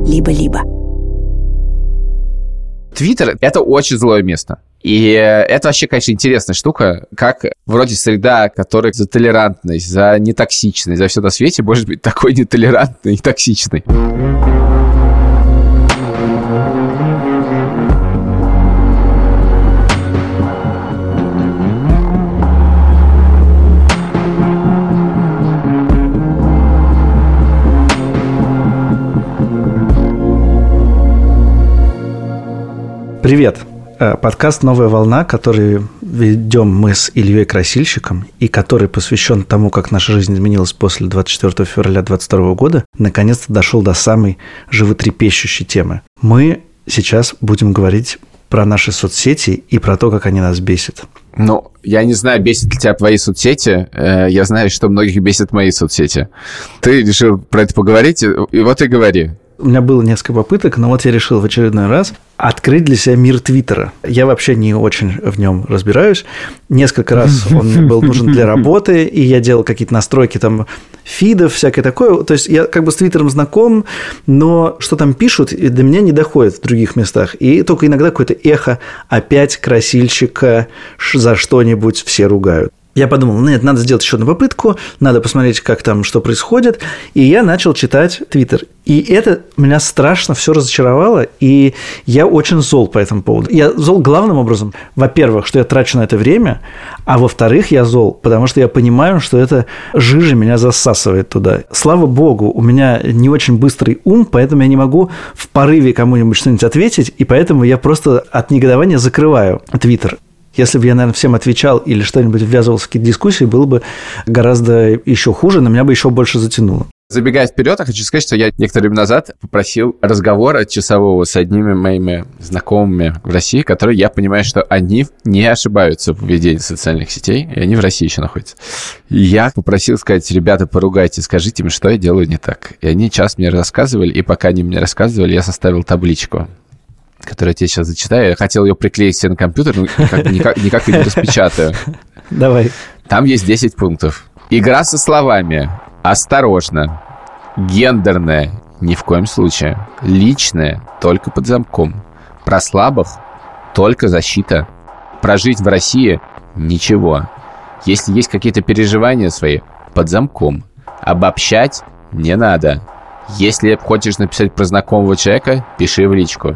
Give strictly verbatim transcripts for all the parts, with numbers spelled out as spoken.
либо-либо. Твиттер — это очень злое место. И это вообще, конечно, интересная штука, как вроде среда, которая за толерантность, за нетоксичность, за все на свете может быть такой нетолерантной и токсичной. Привет! Подкаст «Новая волна», который ведем мы с Ильей Красильщиком и который посвящен тому, как наша жизнь изменилась после двадцать четвёртого февраля две тысячи двадцать второго года, наконец-то дошел до самой животрепещущей темы. Мы сейчас будем говорить про наши соцсети и про то, как они нас бесят. Ну, я не знаю, бесит ли тебя твои соцсети. Я знаю, что многих бесит мои соцсети. Ты решил про это поговорить, и вот и говори. У меня было несколько попыток, но вот я решил в очередной раз открыть для себя мир Твиттера. Я вообще не очень в нем разбираюсь. Несколько раз он мне был нужен для работы, и я делал какие-то настройки там фидов, всякое такое. То есть я как бы с Твиттером знаком, но что там пишут, до меня не доходит в других местах. И только иногда какое-то эхо опять Красильщика за что-нибудь все ругают. Я подумал, нет, надо сделать еще одну попытку, надо посмотреть, как там, что происходит. И я начал читать Твиттер. И это меня страшно все разочаровало, и я очень зол по этому поводу. Я зол главным образом, во-первых, что я трачу на это время, а во-вторых, я зол, потому что я понимаю, что это жижа меня засасывает туда. Слава богу, у меня не очень быстрый ум, поэтому я не могу в порыве кому-нибудь что-нибудь ответить, и поэтому я просто от негодования закрываю Твиттер. Если бы я, наверное, всем отвечал или что-нибудь ввязывался в какие-то дискуссии, было бы гораздо еще хуже, но меня бы еще больше затянуло. Забегая вперед, я хочу сказать, что я некоторое время назад попросил разговора часового с одними моими знакомыми в России, которые, я понимаю, что они не ошибаются в ведении социальных сетей, и они в России еще находятся. И я попросил сказать: ребята, поругайте, скажите мне, что я делаю не так. И они час мне рассказывали, и пока они мне рассказывали, я составил табличку, которую я тебе сейчас зачитаю. Я хотел ее приклеить себе на компьютер, но никак, никак, никак ее не распечатаю. Давай. Там есть десять пунктов. Игра со словами. Осторожно. Гендерная. Ни в коем случае. Личная. Только под замком. Про слабых. Только защита. Прожить в России. Ничего. Если есть какие-то переживания свои. Под замком. Обобщать не надо. Если хочешь написать про знакомого человека, пиши в личку.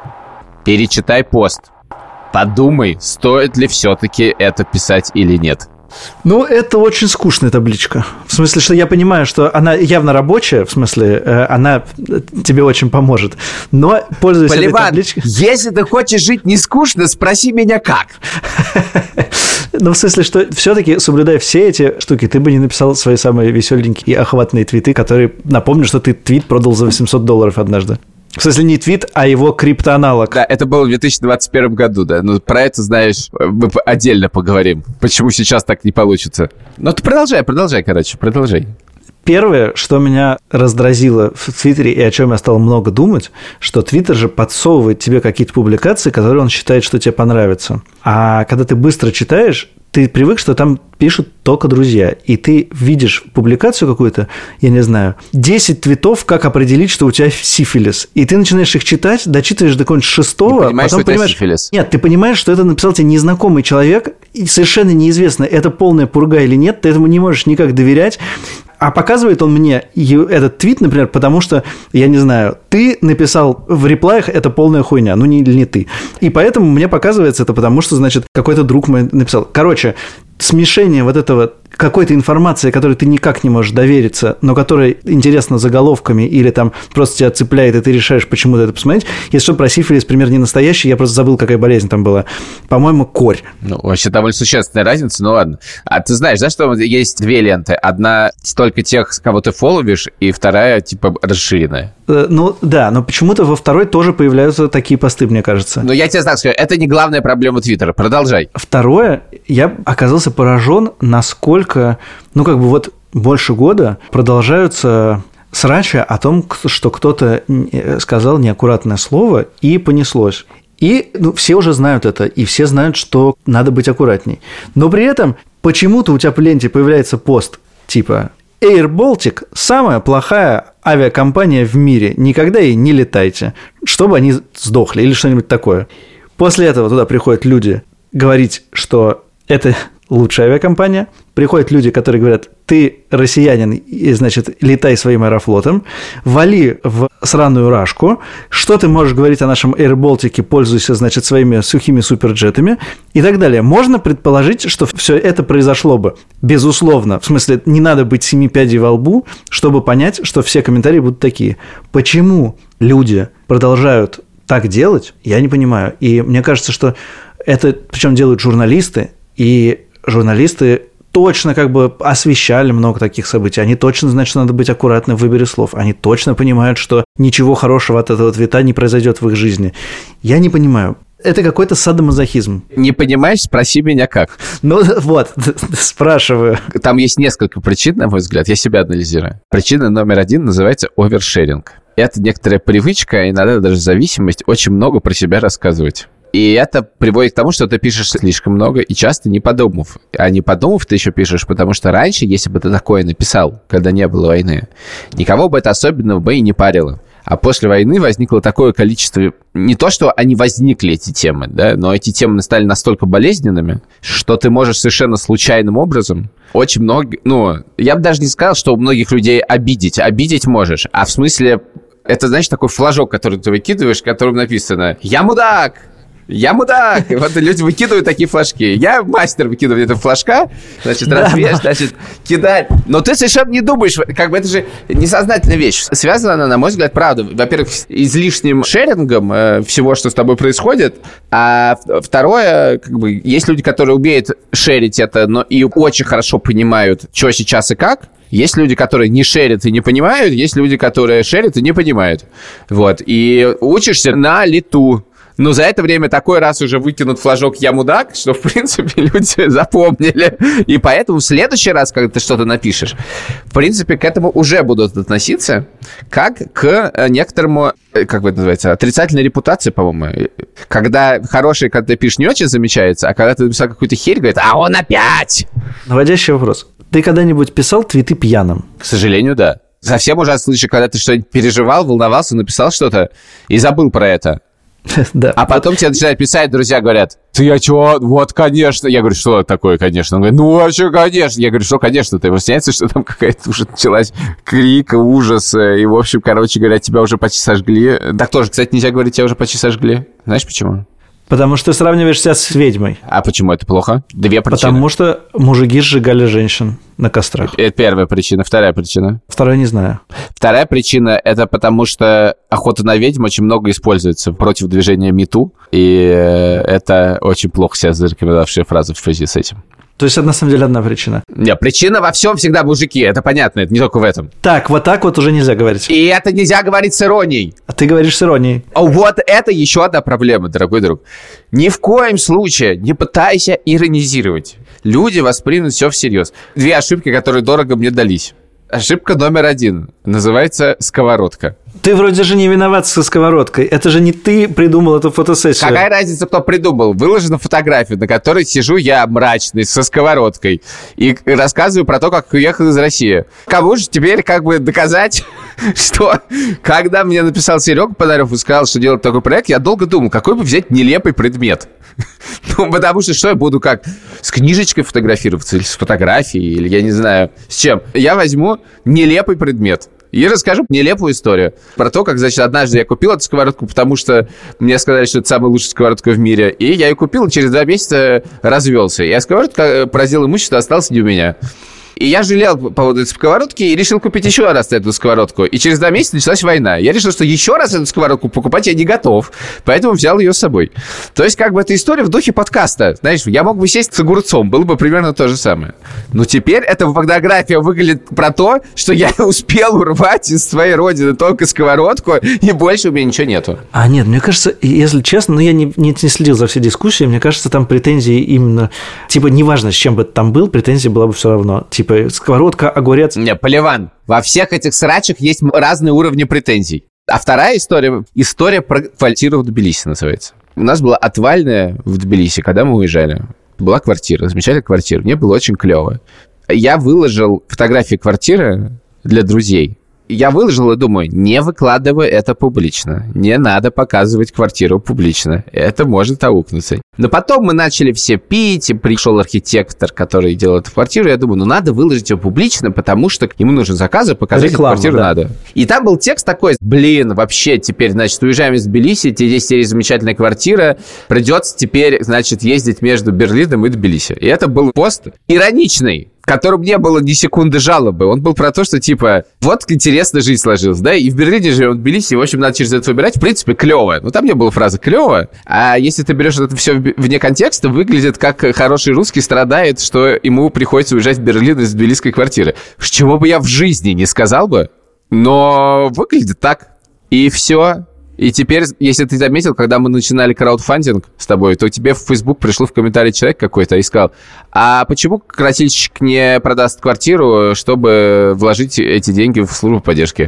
Перечитай пост. Подумай, стоит ли все-таки это писать или нет. Ну, это очень скучная табличка. В смысле, что я понимаю, что она явно рабочая, в смысле, она тебе очень поможет. Но, пользуясь Поливан, этой табличкой... если ты хочешь жить не скучно, спроси меня как. Ну, в смысле, что все-таки, соблюдая все эти штуки, ты бы не написал свои самые веселенькие и охватные твиты, которые... Напомню, что ты твит продал за восемьсот долларов однажды. В смысле, не твит, а его криптоаналог. Да, это было в две тысячи двадцать первом году, да. Ну, про это, знаешь, мы отдельно поговорим. Почему сейчас так не получится. Ну, ты продолжай, продолжай, короче, продолжай. Первое, что меня раздразило в Твиттере и о чем я стал много думать, что Твиттер же подсовывает тебе какие-то публикации, которые он считает, что тебе понравятся. А когда ты быстро читаешь, ты привык, что там пишут только друзья, и ты видишь публикацию какую-то, я не знаю, десять твитов, как определить, что у тебя сифилис, и ты начинаешь их читать, дочитываешь до какого-нибудь шестого, и понимаешь, потом что у тебя понимаешь, сифилис. Нет, ты понимаешь, что это написал тебе незнакомый человек, и совершенно неизвестно, это полная пурга или нет, ты этому не можешь никак доверять. А показывает он мне этот твит, например, потому что, я не знаю, ты написал в реплаях, это полная хуйня, ну не, не ты. И поэтому мне показывается это, потому что, значит, какой-то друг мой написал. Короче, смешение вот этого какой-то информации, которой ты никак не можешь довериться, но которая интересна заголовками или там просто тебя цепляет, и ты решаешь почему-то это посмотреть. Если что, про сифилис пример не настоящий, я просто забыл, какая болезнь там была. По-моему, корь. Ну, вообще довольно существенная разница, ну ладно. А ты знаешь, да, что есть две ленты? Одна только тех, кого ты фолловишь, и вторая, типа, расширенная. Э, ну, да, но почему-то во второй тоже появляются такие посты, мне кажется. Ну, я тебе так скажу, это не главная проблема Твиттера. Продолжай. Второе, я оказался поражен, насколько ну, как бы вот больше года продолжаются срачи о том, что кто-то сказал неаккуратное слово и понеслось. И ну, все уже знают это, и все знают, что надо быть аккуратней. Но при этом почему-то у тебя в ленте появляется пост типа Air Baltic – самая плохая авиакомпания в мире. Никогда ей не летайте, чтобы они сдохли или что-нибудь такое. После этого туда приходят люди говорить, что это лучшая авиакомпания. Приходят люди, которые говорят: ты россиянин, и, значит, летай своим аэрофлотом, вали в сраную рашку, что ты можешь говорить о нашем Air Baltic, пользуйся, значит, своими сухими суперджетами и так далее. Можно предположить, что все это произошло бы, безусловно. В смысле, не надо быть семи пядей во лбу, чтобы понять, что все комментарии будут такие. Почему люди продолжают так делать, я не понимаю. И мне кажется, что это, причем делают журналисты, и журналисты точно как бы освещали много таких событий. Они точно знают, что надо быть аккуратным в выборе слов. Они точно понимают, что ничего хорошего от этого твита не произойдет в их жизни. Я не понимаю. Это какой-то садомазохизм. Не понимаешь? Спроси меня как. Ну вот, спрашиваю. Там есть несколько причин, на мой взгляд. Я себя анализирую. Причина номер один называется овершеринг. Это некоторая привычка, иногда даже зависимость, очень много про себя рассказывать. И это приводит к тому, что ты пишешь слишком много и часто не подумав. А не подумав, ты еще пишешь, потому что раньше, если бы ты такое написал, когда не было войны, никого бы это особенно бы и не парило. А после войны возникло такое количество... Не то, что они возникли, эти темы, да, но эти темы стали настолько болезненными, что ты можешь совершенно случайным образом очень много... Ну, я бы даже не сказал, что у многих людей обидеть. Обидеть можешь. А в смысле... Это, знаешь, такой флажок, который ты выкидываешь, в котором написано «Я мудак! Я мудак!» И вот люди выкидывают такие флажки. Я мастер выкидывать этого флажка, значит, да, развешь, значит, кидать. Но ты совершенно не думаешь, как бы это же несознательная вещь. Связана она, на мой взгляд, правда, во-первых, с излишним шерингом э, всего, что с тобой происходит, а второе, как бы, есть люди, которые умеют шерить это, но и очень хорошо понимают, что сейчас и как. Есть люди, которые не шерят и не понимают, есть люди, которые шерят и не понимают. Вот, и учишься на лету. Но за это время такой раз уже выкинут флажок «Я мудак», что, в принципе, люди запомнили. И поэтому в следующий раз, когда ты что-то напишешь, в принципе, к этому уже будут относиться как к некоторому, как бы это называется, отрицательной репутации, по-моему. Когда хороший, когда ты пишешь, не очень замечается, а когда ты написал какую-то херь, говорит: «А он опять!» Наводящий вопрос. Ты когда-нибудь писал твиты пьяным? К сожалению, да. Совсем ужасный случай, когда ты что-нибудь переживал, волновался, написал что-то и забыл про это. Да. А потом тебе начинают писать, друзья говорят: «Ты а чё? Вот, конечно». Я говорю: «Что такое, конечно?» Он говорит: «Ну, а что, конечно?» Я говорю: «Что, конечно-то?» И выясняется, что там какая-то уже началась крик, ужас. И, в общем, короче говоря, тебя уже почти сожгли. Так тоже, кстати, нельзя говорить, тебя уже почти сожгли. Знаешь почему? Потому что ты сравниваешь себя с ведьмой. А почему это плохо? Две причины. Потому что мужики сжигали женщин на кострах. Это первая причина. Вторая причина. Вторая не знаю. Вторая причина – это потому что охота на ведьм очень много используется против движения МИТУ. И это очень плохо себя зарекомендовавшая фраза в связи с этим. То есть это на самом деле одна причина. Нет, причина во всем всегда мужики, это понятно, это не только в этом. Так, вот так вот уже нельзя говорить. И это нельзя говорить с иронией. А ты говоришь с иронией. Вот это еще одна проблема, дорогой друг. Ни в коем случае не пытайся иронизировать. Люди воспримут все всерьез. Две ошибки, которые дорого мне дались. Ошибка номер один называется сковородка. Ты вроде же не виноват со сковородкой. Это же не ты придумал эту фотосессию. Какая разница, кто придумал? Выложена фотография, на которой сижу я мрачный, со сковородкой. И рассказываю про то, как уехал из России. Кому же теперь как бы доказать, что когда мне написал Серега Пономарев и сказал, что делает такой проект, я долго думал, какой бы взять нелепый предмет. Ну, потому что что я буду как? С книжечкой фотографироваться или с фотографией, или я не знаю с чем. Я возьму нелепый предмет и расскажу нелепую историю про то, как, значит, однажды я купил эту сковородку, потому что мне сказали, что это самая лучшая сковородка в мире, и я ее купил, и через два месяца развелся. И сковородка поразила имущество, осталась не у меня. И я жалел по поводу этой сковородки и решил купить еще раз эту сковородку. И через два месяца началась война. Я решил, что еще раз эту сковородку покупать я не готов. Поэтому взял ее с собой. То есть, как бы, эта история в духе подкаста. Знаешь, я мог бы сесть с огурцом. Было бы примерно то же самое. Но теперь эта фотография выглядит про то, что я успел урвать из своей родины только сковородку, и больше у меня ничего нету. А нет, мне кажется, если честно, ну я не, не, не следил за всей дискуссией, мне кажется, там претензии именно... Типа, неважно, с чем бы ты там был, претензия была бы все равно. Типа, сковородка, огурец. Не, Поливан, во всех этих срачах есть разные уровни претензий. А вторая история, история про квартиру в Тбилиси называется. У нас была отвальная в Тбилиси, когда мы уезжали. Была квартира, замечательная квартира. Мне было очень клево. Я выложил фотографии квартиры для друзей. Я выложил и думаю, не выкладывай это публично. Не надо показывать квартиру публично. Это может аукнуться. Но потом мы начали все пить, и пришел архитектор, который делал эту квартиру. Я думаю, ну надо выложить ее публично, потому что ему нужен заказ, и показать Реклама, эту квартиру да. надо. И там был текст такой, блин, вообще теперь, значит, уезжаем из Тбилиси, здесь есть замечательная квартира, придется теперь, значит, ездить между Берлином и Тбилиси. И это был пост ироничный, в котором не было ни секунды жалобы. Он был про то, что, типа, вот интересная жизнь сложилась, да, и в Берлине живем, в Тбилиси, в общем, надо через это выбирать. В принципе, клево. Но там не было фразы «клево», а если ты берешь это все вне контекста, выглядит как хороший русский страдает, что ему приходится уезжать в Берлин из тбилисской квартиры. Чего бы я в жизни не сказал бы, но выглядит так. И все. И теперь, если ты заметил, когда мы начинали краудфандинг с тобой, то тебе в Facebook пришло в комментарий человек какой-то и сказал, а почему красильщик не продаст квартиру, чтобы вложить эти деньги в службу поддержки?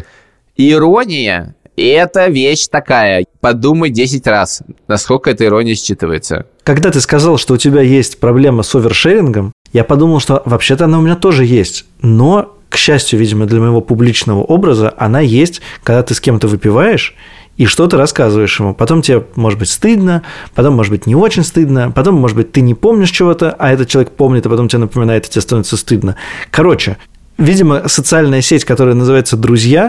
Ирония – это вещь такая. Подумай десять раз, насколько эта ирония считывается. Когда ты сказал, что у тебя есть проблема с овершерингом, я подумал, что вообще-то она у меня тоже есть. Но, к счастью, видимо, для моего публичного образа, она есть, когда ты с кем-то выпиваешь, и что ты рассказываешь ему. Потом тебе, может быть, стыдно, потом, может быть, не очень стыдно, потом, может быть, ты не помнишь чего-то, а этот человек помнит, и потом тебе напоминает, и тебе становится стыдно. Короче, видимо, социальная сеть, которая называется «Друзья»,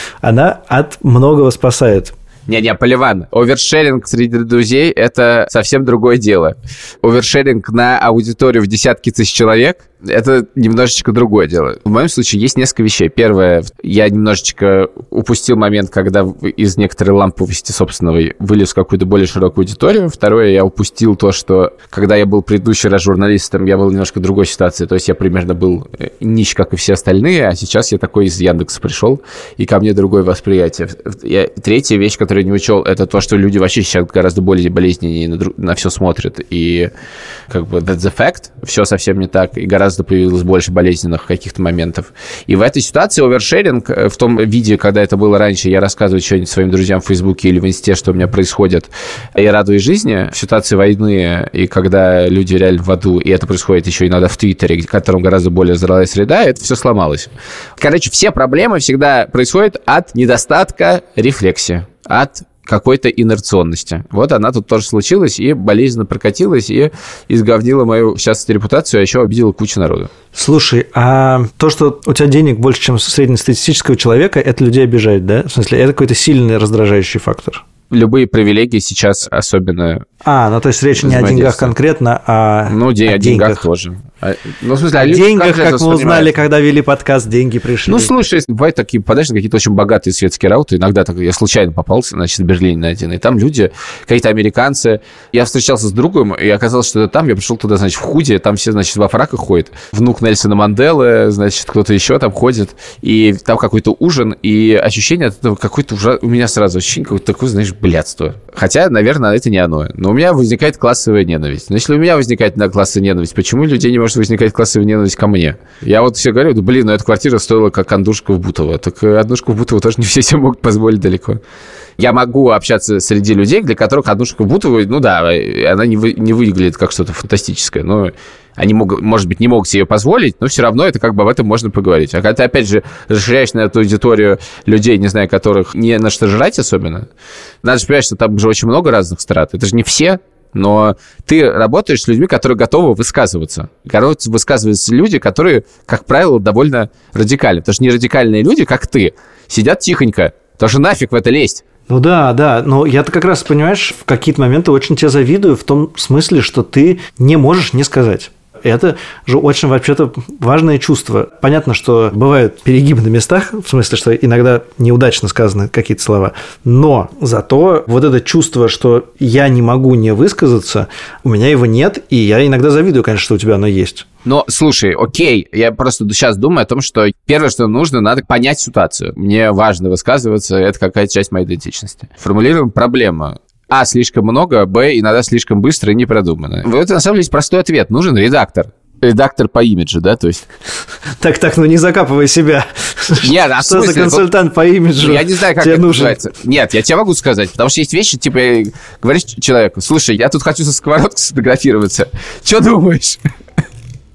она от многого спасает. Не-не, Поливан, овершеринг среди друзей – это совсем другое дело. Овершеринг на аудиторию в десятки тысяч человек – это немножечко другое дело. В моем случае есть несколько вещей. Первое, я немножечко упустил момент, когда из некоторой ламповости собственного вылез в какую-то более широкую аудиторию. Второе, я упустил то, что когда я был предыдущий раз журналистом, я был в немножко другой ситуации. То есть я примерно был нищ, как и все остальные, а сейчас я такой из Яндекса пришел, и ко мне другое восприятие. Я, третья вещь, которую я не учел, это то, что люди вообще сейчас гораздо более болезненнее на, на все смотрят. И как бы that's the fact. Все совсем не так. И гораздо появилось больше болезненных каких-то моментов. И в этой ситуации овершеринг, в том виде, когда это было раньше, я рассказываю что-нибудь своим друзьям в Фейсбуке или в Инсте, что у меня происходит, и радуюсь жизни. В ситуации войны, и когда люди реально в аду, и это происходит еще иногда в Твиттере, в котором гораздо более здоровая среда, это все сломалось. Короче, все проблемы всегда происходят от недостатка рефлексии, от какой-то инерционности. Вот она тут тоже случилась и болезненно прокатилась, и изговнила мою сейчас репутацию, а еще обидела кучу народу. Слушай, а то, что у тебя денег больше, чем у среднестатистического человека, это людей обижает, да? В смысле, это какой-то сильный раздражающий фактор? Любые привилегии сейчас особенно... А, ну то есть речь не о деньгах конкретно, а ну, де- о, о деньгах. деньгах тоже. А, ну, в смысле, о а деньгах, как, как мы узнали, когда вели подкаст, деньги пришли. Ну, слушай, бывают такие, подаешь на какие-то очень богатые светские рауты, иногда так, я случайно попался, значит, в Берлине на один, и там люди, какие-то американцы. Я встречался с другом, и оказалось, что это там, я пришел туда, значит, в худи, там все, значит, во фраках ходят. Внук Нельсона Манделы, значит, кто-то еще там ходит, и там какой-то ужин, и ощущение от этого какое-то уже... У меня сразу ощущение какое-то такое, знаешь, блядство. Хотя, наверное, это не оно. Но у меня возникает классовая ненависть. Но если у меня возникает да, классовая ненависть, почему у людей не может возникать классовая ненависть ко мне? Я вот все говорю, да блин, ну эта квартира стоила как однушка в Бутово. Так однушку в Бутово тоже не все себе могут позволить далеко. Я могу общаться среди людей, для которых однушка в Бутово, ну да, она не, вы, не выглядит как что-то фантастическое, но они, могут, может быть, не могут себе ее позволить, но все равно это как бы об этом можно поговорить. А когда ты, опять же, расширяешь на эту аудиторию людей, не знаю, которых не на что жрать особенно, надо же понимать, что там же очень много разных страт. Это же не все, но ты работаешь с людьми, которые готовы высказываться. Готовы высказываются люди, которые, как правило, довольно радикальны. Потому что не радикальные люди, как ты, сидят тихонько, потому что нафиг в это лезть. Ну да, да, но я-то как раз, понимаешь, в какие-то моменты очень тебе завидую в том смысле, что ты не можешь не сказать. Это же очень, вообще-то, важное чувство. Понятно, что бывают перегибы на местах, в смысле, что иногда неудачно сказаны какие-то слова, но зато вот это чувство, что я не могу не высказаться, у меня его нет, и я иногда завидую, конечно, что у тебя оно есть. Но, слушай, окей, я просто сейчас думаю о том, что первое, что нужно, надо понять ситуацию. Мне важно высказываться, это какая-то часть моей идентичности. Формулируем проблему. А, слишком много, Б, иногда слишком быстро и непродуманно. Вот, на самом деле, есть простой ответ. Нужен редактор. Редактор по имиджу, да, то есть... Так, так, ну не закапывай себя. Нет, а что за консультант по имиджу? Я не знаю, как это называется. Нет, я тебе могу сказать, потому что есть вещи, типа, говоришь человеку, слушай, я тут хочу со сковородкой сфотографироваться. Что думаешь?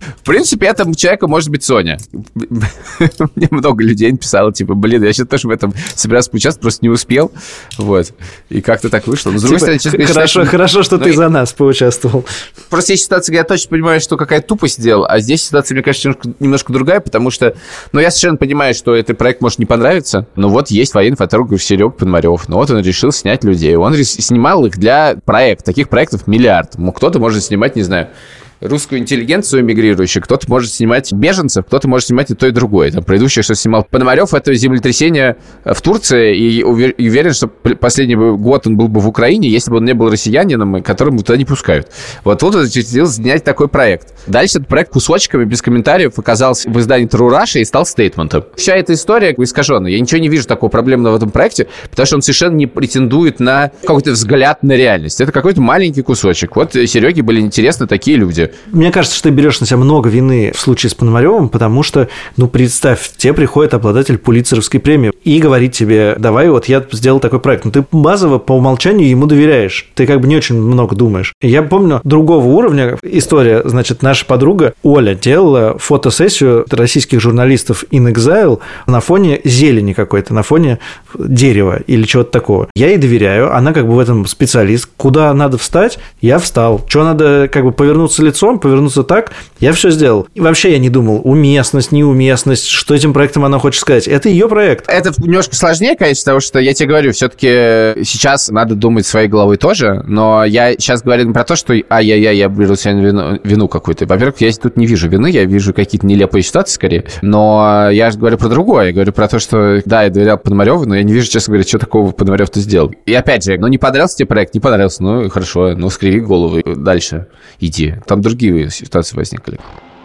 В принципе, этому человеку может быть Соня. Мне много людей написало, типа, блин, я сейчас тоже в этом собирался поучаствовать, просто не успел. Вот. И как-то так вышло. Но, с другой типа, стороны, хорошо, считаю, хорошо, что ты и... за нас поучаствовал. Просто есть ситуация, где я точно понимаю, что какая-то тупость сделал, а здесь ситуация, мне кажется, немножко, немножко другая, потому что, ну, я совершенно понимаю, что этот проект может не понравиться, но вот есть военный фотограф Серега Пономарев, ну вот он решил снять людей, он снимал их для проекта, таких проектов миллиард. Кто-то может снимать, не знаю, русскую интеллигенцию мигрирующую, кто-то может снимать беженцев, кто-то может снимать и то, и другое. Там предыдущее, что снимал Пономарев, это землетрясение в Турции, и уверен, что последний год он был бы в Украине, если бы он не был россиянином, которому туда не пускают. Вот тут он решил снять такой проект. Дальше этот проект кусочками, без комментариев, оказался в издании True Russia и стал стейтментом. Вся эта история искаженная. Я ничего не вижу такого проблемного в этом проекте, потому что он совершенно не претендует на какой-то взгляд на реальность. Это какой-то маленький кусочек. Вот Сереге были интересны такие люди. Мне кажется, что ты берешь на себя много вины в случае с Пономаревым, потому что, ну, представь, тебе приходит обладатель Пулитцеровской премии и говорит тебе, давай, вот я сделал такой проект. Ну, ты базово по умолчанию ему доверяешь. Ты как бы не очень много думаешь. Я помню другого уровня история. Значит, наша подруга Оля делала фотосессию российских журналистов in exile на фоне зелени какой-то, на фоне дерева или чего-то такого. Я ей доверяю, она как бы в этом специалист. Куда надо встать, я встал. Что надо как бы повернуться лицом, повернуться так, я все сделал. И вообще я не думал, уместность, неуместность, что этим проектом она хочет сказать. Это ее проект. Это немножко сложнее, конечно, потому что я тебе говорю, все-таки сейчас надо думать своей головой тоже, но я сейчас говорю не про то, что ай-яй-яй, я беру себе вину, вину какую-то. Во-первых, я тут не вижу вины, я вижу какие-то нелепые ситуации скорее, но я же говорю про другое. Я говорю про то, что да, я доверял Пономареву, но я не вижу, честно говоря, что такого Пономарев-то сделал. И опять же, ну не понравился тебе проект, не понравился, ну хорошо, ну скриви голову, дальше иди. Там другие ситуации возникли.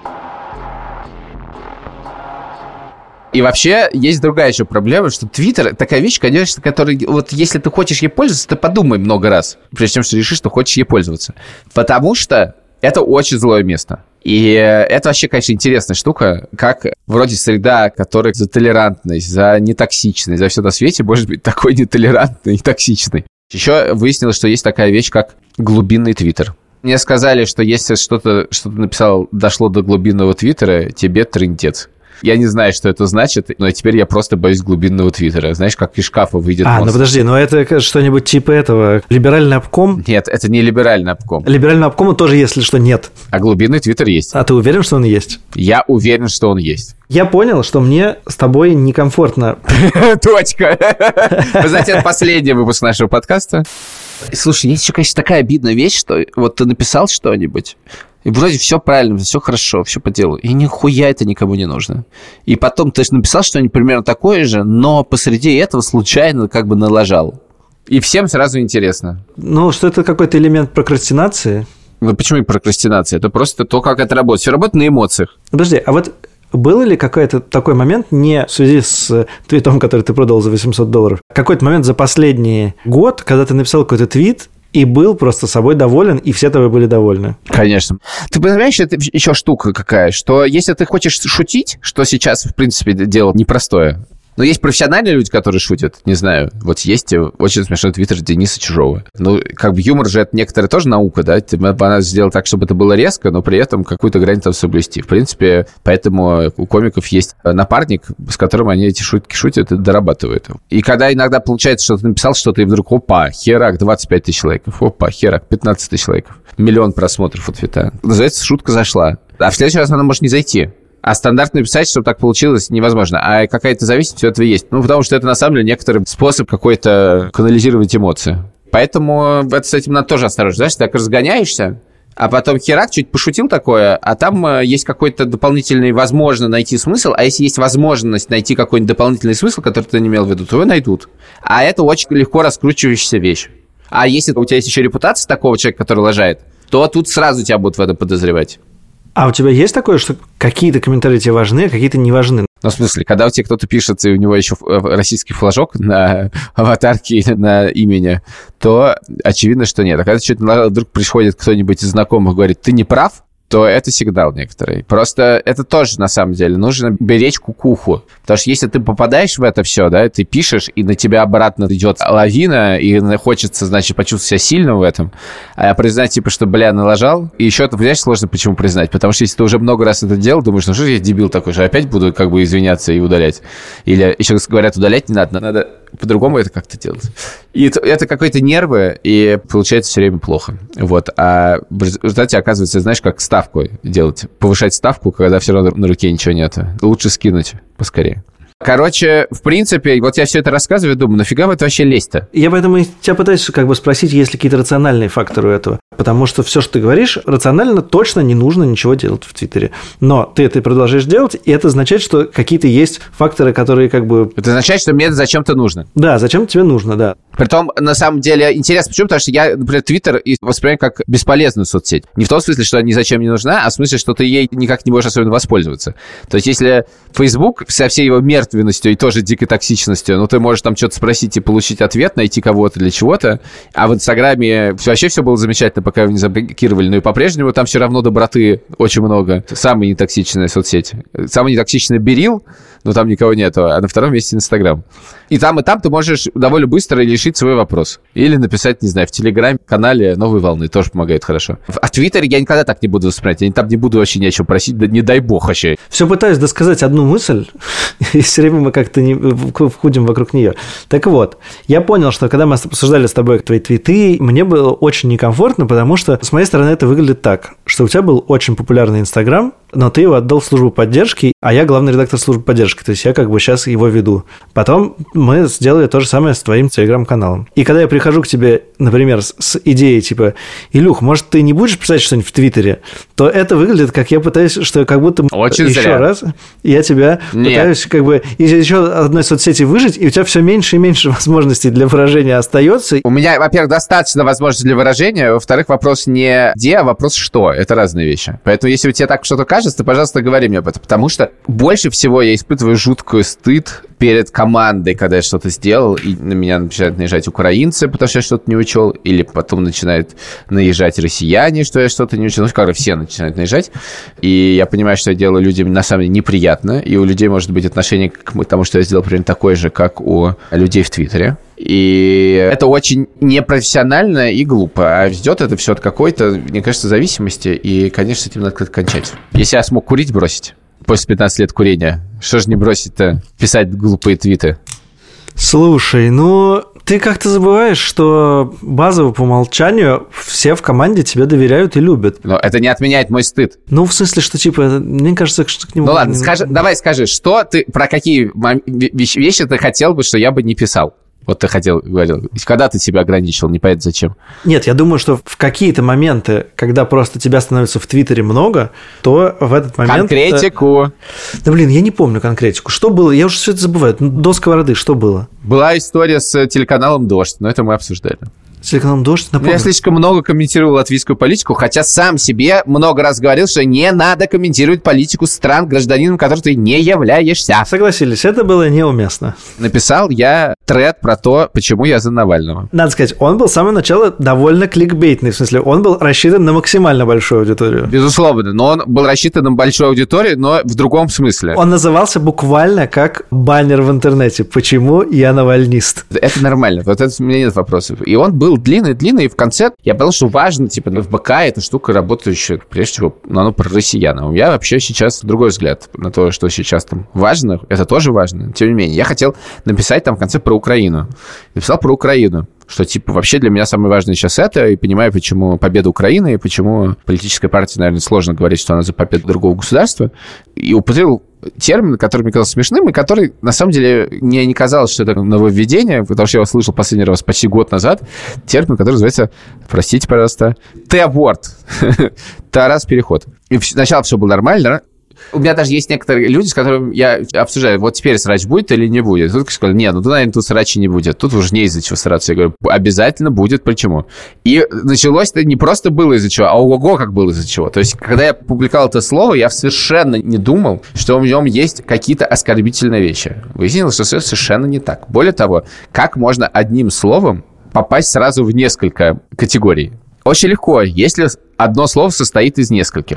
И вообще, есть другая еще проблема, что Твиттер такая вещь, конечно, которая... Вот если ты хочешь ей пользоваться, ты подумай много раз, прежде чем что решишь, что хочешь ей пользоваться. Потому что это очень злое место. И это вообще, конечно, интересная штука, как вроде среда, которая за толерантность, за нетоксичность, за все на свете может быть такой нетолерантной и токсичной. Еще выяснилось, что есть такая вещь, как глубинный Твиттер. Мне сказали, что если что-то, что ты написал, дошло до глубинного Твиттера, тебе трындец. Я не знаю, что это значит, но теперь я просто боюсь глубинного Твиттера. Знаешь, как из шкафа выйдет А, монстр. ну подожди, ну это что-нибудь типа этого, либеральный обком? Нет, это не либеральный обком. Либеральный обком тоже, если что, нет. А глубинный Твиттер есть. А ты уверен, что он есть? Я уверен, что он есть. Я понял, что мне с тобой некомфортно. Точка. Вы знаете, это последний выпуск нашего подкаста. Слушай, есть еще, конечно, такая обидная вещь, что вот ты написал что-нибудь, и вроде все правильно, все хорошо, все по делу, и нихуя это никому не нужно. И потом ты же написал что-нибудь примерно такое же, но посреди этого случайно как бы налажал. И всем сразу интересно. Ну, что это какой-то элемент прокрастинации? Ну, почему прокрастинация? Это просто то, как это работает. Все работает на эмоциях. Подожди, а вот... Был ли какой-то такой момент, не в связи с твитом, который ты продал за восемьсот долларов, какой-то момент за последний год, когда ты написал какой-то твит и был просто собой доволен, и все тобой были довольны? Конечно. Ты понимаешь, это еще штука какая, что если ты хочешь шутить, что сейчас, в принципе, дело непростое, но есть профессиональные люди, которые шутят. Не знаю, вот есть очень смешной твиттер Дениса Чужого. Ну, как бы юмор же это некоторая тоже наука, да? Надо сделать так, чтобы это было резко, но при этом какую-то грань там соблюсти. В принципе, поэтому у комиков есть напарник, с которым они эти шутки шутят и дорабатывают. И когда иногда получается, что ты написал что-то, и вдруг, опа, херак, двадцать пять тысяч лайков, опа, херак, пятнадцать тысяч лайков, миллион просмотров у твита. Называется, шутка зашла. А в следующий раз она может не зайти. А стандартно написать, чтобы так получилось, невозможно. А какая-то зависимость у этого есть. Ну, потому что это, на самом деле, некоторый способ какой-то канализировать эмоции. Поэтому это, с этим надо тоже осторожно. Знаешь, ты так разгоняешься, а потом херак, чуть пошутил такое, а там есть какой-то дополнительный, возможно, найти смысл. А если есть возможность найти какой-нибудь дополнительный смысл, который ты не имел в виду, то его найдут. А это очень легко раскручивающаяся вещь. А если у тебя есть еще репутация такого человека, который лажает, то тут сразу тебя будут в этом подозревать. А у тебя есть такое, что какие-то комментарии тебе важны, а какие-то не важны? Ну, в смысле, когда у тебя кто-то пишет, и у него еще российский флажок на аватарке или на имени, то очевидно, что нет. А когда что-то вдруг приходит кто-нибудь из знакомых и говорит, ты не прав, то это сигнал некоторый. Просто это тоже, на самом деле, нужно беречь кукуху. Потому что если ты попадаешь в это все, да, ты пишешь, и на тебя обратно идет лавина, и хочется, значит, почувствовать себя сильным в этом, а признать, типа, что, бля, налажал, и еще, ты понимаешь, сложно почему признать. Потому что если ты уже много раз это делал, думаешь, ну что же я дебил такой же, опять буду как бы извиняться и удалять. Или еще говорят, удалять не надо, надо по-другому это как-то делать. И это, это какие-то нервы, и получается все время плохо. Вот. А в результате, оказывается, знаешь, как ставку делать. Повышать ставку, когда все равно на руке ничего нет. Лучше скинуть поскорее. Короче, в принципе, вот я все это рассказываю, думаю, нафига в это вообще лезть-то? Я поэтому тебя пытаюсь как бы спросить, есть ли какие-то рациональные факторы у этого. Потому что все, что ты говоришь, рационально точно не нужно ничего делать в Твиттере. Но ты это продолжаешь делать, и это означает, что какие-то есть факторы, которые как бы... Это означает, что мне это зачем-то нужно. Да, зачем тебе нужно, да. Притом, на самом деле, интересно, почему? Потому что я, например, Твиттер воспринимаю как бесполезную соцсеть. Не в том смысле, что она ни зачем не нужна, а в смысле, что ты ей никак не можешь особенно воспользоваться. То есть, если Facebook со всей его мертвенностью и тоже дикой токсичностью, ну, ты можешь там что-то спросить и получить ответ, найти кого-то для чего-то, а в Инстаграме вообще все было замечательно, пока его не заблокировали, но и по-прежнему там все равно доброты очень много. Самая нетоксичная соцсеть. Самая нетоксичная Берил, но там никого нету, а на втором месте Инстаграм. И там, и там ты можешь довольно быстро решить свой вопрос. Или написать, не знаю, в Телеграме-канале «Новые волны», тоже помогает хорошо. А в Твиттере я никогда так не буду воспринимать. Я там не буду вообще ни о чем просить, да не дай бог вообще. Все пытаюсь досказать одну мысль, и все время мы как-то не входим вокруг нее. Так вот, я понял, что когда мы обсуждали с тобой твои твиты, мне было очень некомфортно, потому что с моей стороны это выглядит так, что у тебя был очень популярный Инстаграм, но ты его отдал в службу поддержки, а я главный редактор службы поддержки, то есть я как бы сейчас его веду. Потом мы сделали то же самое с твоим телеграм-каналом. И когда я прихожу к тебе, например, с, с идеей типа, Илюх, может, ты не будешь писать что-нибудь в Твиттере, то это выглядит, как я пытаюсь, что как будто очень еще зря. раз я тебя Нет. пытаюсь как бы из еще одной соцсети выжить, и у тебя все меньше и меньше возможностей для выражения остается. У меня, во-первых, достаточно возможностей для выражения, во-вторых, вопрос не где, а вопрос что. Это разные вещи. Поэтому, если у тебя так что-то кажется, то, пожалуйста, говори мне об этом. Потому что больше всего я испытываю жуткую стыд перед командой, когда я что-то сделал, и на меня начинают наезжать украинцы, потому что я что-то не учел, или потом начинают наезжать россияне, что я что-то не учел. Ну, как все начинают наезжать. И я понимаю, что я делаю людям, на самом деле, неприятно, и у людей может быть отношение к тому, что я сделал, примерно такое же, как у людей в Твиттере. И это очень непрофессионально и глупо. А ведет это все от какой-то, мне кажется, зависимости. И, конечно, с этим надо как-то кончать. Если я смог курить бросить после пятнадцати лет курения, что же не бросить-то писать глупые твиты? Слушай, ну... Ты как-то забываешь, что базово по умолчанию все в команде тебя доверяют и любят. Но это не отменяет мой стыд. Ну, в смысле, что, типа, мне кажется, что к нему... Ну, ладно, скажи, давай скажи, что ты, про какие вещи ты хотел бы, что я бы не писал? Вот ты хотел, говорил. Когда ты себя ограничил, непонятно зачем. Нет, я думаю, что в какие-то моменты, когда просто тебя становится в Твиттере много, то в этот момент... Конкретику. Да, блин, я не помню конкретику. Что было? Я уже все это забываю. До сковороды что было? Была история с телеканалом «Дождь», но это мы обсуждали. С телеканалом «Дождь», напомню. Я слишком много комментировал латвийскую политику, хотя сам себе много раз говорил, что не надо комментировать политику стран, гражданином которых ты не являешься. Согласились, это было неуместно. Написал я тред про то, почему я за Навального. Надо сказать, он был с самого начала довольно кликбейтный, в смысле, он был рассчитан на максимально большую аудиторию. Безусловно, но он был рассчитан на большую аудиторию, но в другом смысле. Он назывался буквально как баннер в интернете «Почему я навальнист?». Это нормально, вот это у меня нет вопросов. И он был длинный-длинный, и в конце я понял, что важно, типа, в БК эта штука работающая, прежде всего, ну, оно про россиян. У меня вообще сейчас другой взгляд на то, что сейчас там важно, это тоже важно. Тем не менее, я хотел написать там в конце про Украину. Написал про Украину, что, типа, вообще для меня самое важное сейчас это, и понимаю, почему победа Украины, и почему политической партии, наверное, сложно говорить, что она за победу другого государства. И употребил термин, который мне казался смешным, и который, на самом деле, мне не казалось, что это нововведение, потому что я его слышал последний раз почти год назад. Термин, который называется, простите, пожалуйста, Т-аборт. Тарас-переход. И сначала все было нормально. У меня даже есть некоторые люди, с которыми я обсуждаю, вот теперь срач будет или не будет. Тут сказали, нет, ну, наверное, тут срачи не будет. Тут уже не из-за чего сраться. Я говорю, обязательно будет, почему? И началось это не просто было из-за чего, а ого, как было из-за чего. То есть, когда я публиковал это слово, я совершенно не думал, что в нем есть какие-то оскорбительные вещи. Выяснилось, что все совершенно не так. Более того, как можно одним словом попасть сразу в несколько категорий? Очень легко, если одно слово состоит из нескольких.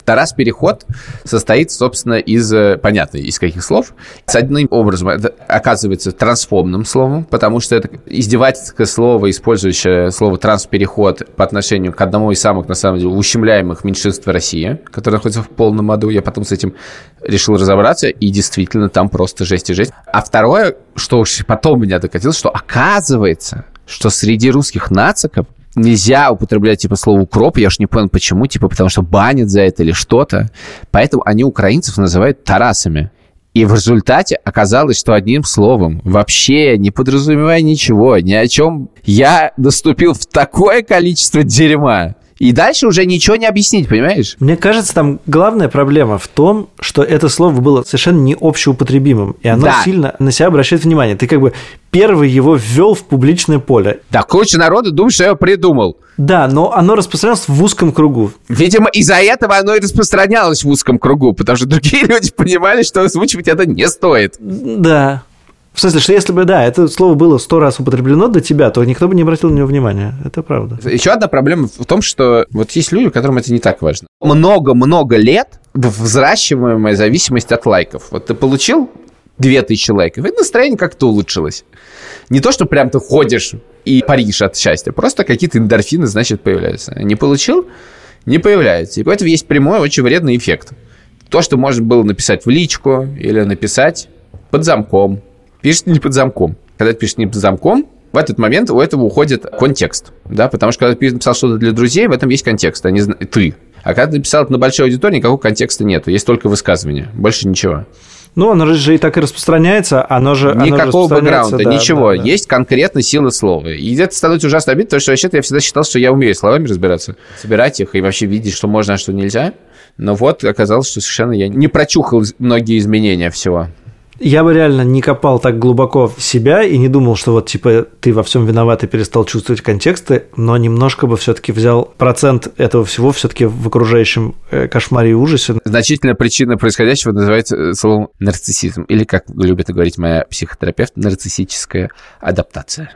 Тарас-переход состоит, собственно, из, понятно, из каких слов. С одним образом это оказывается трансфобным словом, потому что это издевательское слово, использующее слово «транспереход» по отношению к одному из самых, на самом деле, ущемляемых меньшинств России, которое находится в полном аду. Я потом с этим решил разобраться, и действительно там просто жесть и жесть. А второе, что уж потом меня докатило, что оказывается, что среди русских нациков нельзя употреблять, типа, слово «укроп». Я уж не понял, почему. Типа, потому что банят за это или что-то. Поэтому они украинцев называют тарасами. И в результате оказалось, что одним словом, вообще не подразумевая ничего, ни о чем, я наступил в такое количество дерьма. И дальше уже ничего не объяснить, понимаешь? Мне кажется, там главная проблема в том, что это слово было совершенно не общеупотребимым, и оно да. сильно на себя обращает внимание. Ты как бы первый его ввел в публичное поле. Да, куча народу думает, что я его придумал. Да, но оно распространялось в узком кругу. Видимо, из-за этого оно и распространялось в узком кругу, потому что другие люди понимали, что озвучивать это не стоит. Да. В смысле, что если бы, да, это слово было сто раз употреблено до тебя, то никто бы не обратил на него внимания. Это правда. Еще одна проблема в том, что вот есть люди, которым это не так важно. Много-много лет взращиваемая зависимость от лайков. Вот ты получил две тысячи лайков, и настроение как-то улучшилось. Не то, что прям ты ходишь и паришь от счастья, просто какие-то эндорфины, значит, появляются. Не получил – не появляются. И поэтому есть прямой, очень вредный эффект. То, что можно было написать в личку или написать под замком. Пишет не под замком. Когда ты пишешь не под замком, в этот момент у этого уходит контекст. Да? Потому что когда ты написал что-то для друзей, в этом есть контекст, а не ты. А когда ты написал это на большой аудитории, никакого контекста нету. Есть только высказывание. Больше ничего. Ну, оно же и так и распространяется. Оно же, Никакого оно же бэкграунда, да, ничего. Да, да. Есть конкретно сила слова. И это становится ужасно обидно, потому что вообще-то я всегда считал, что я умею словами разбираться. Собирать их и вообще видеть, что можно, а что нельзя. Но вот оказалось, что совершенно я не прочухал многие изменения всего. Я бы реально не копал так глубоко в себя и не думал, что вот типа ты во всем виноват и перестал чувствовать контексты, но немножко бы все-таки взял процент этого всего все-таки в окружающем кошмаре и ужасе. Значительная причина происходящего называется словом нарциссизм, или, как любит говорить моя психотерапевт, нарциссическая адаптация.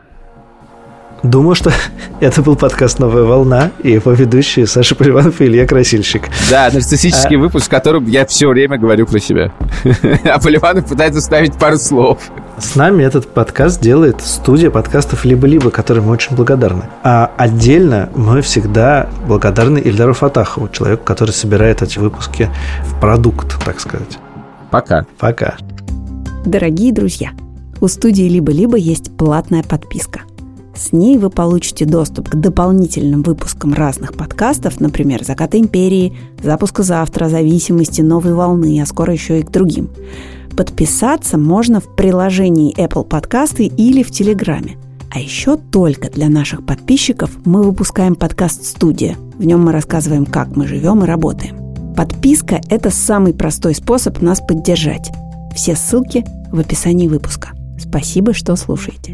Думаю, что это был подкаст «Новая волна» и его ведущие Саша Поливанов и Илья Красильщик. Да, нарциссический а... выпуск, в котором я все время говорю про себя. А Поливанов пытается вставить пару слов. С нами этот подкаст делает студия подкастов «Либо-либо», которой мы очень благодарны. А отдельно мы всегда благодарны Ильдару Фатахову, человеку, который собирает эти выпуски в продукт, так сказать. Пока. Пока. Дорогие друзья, у студии «Либо-либо» есть платная подписка. С ней вы получите доступ к дополнительным выпускам разных подкастов, например, «Заката империи», «Запуска завтра», «Зависимости», «Новой волны», а скоро еще и к другим. Подписаться можно в приложении Apple Подкасты или в Телеграме. А еще только для наших подписчиков мы выпускаем подкаст «Студия». В нем мы рассказываем, как мы живем и работаем. Подписка – это самый простой способ нас поддержать. Все ссылки в описании выпуска. Спасибо, что слушаете.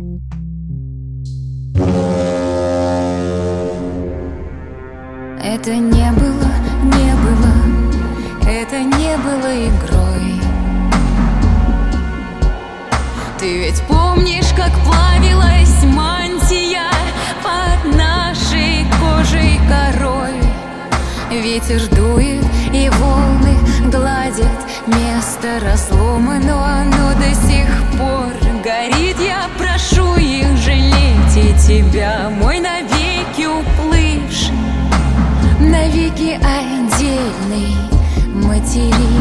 Это не было, не было, это не было игрой. Ты ведь помнишь, как плавилась мантия под нашей кожей корой? Ветер дует и волны гладят место разлома, но оно до сих пор горит. Я прошу их жалеть и тебя, мой навеки уплывший, навеки отдельный материк.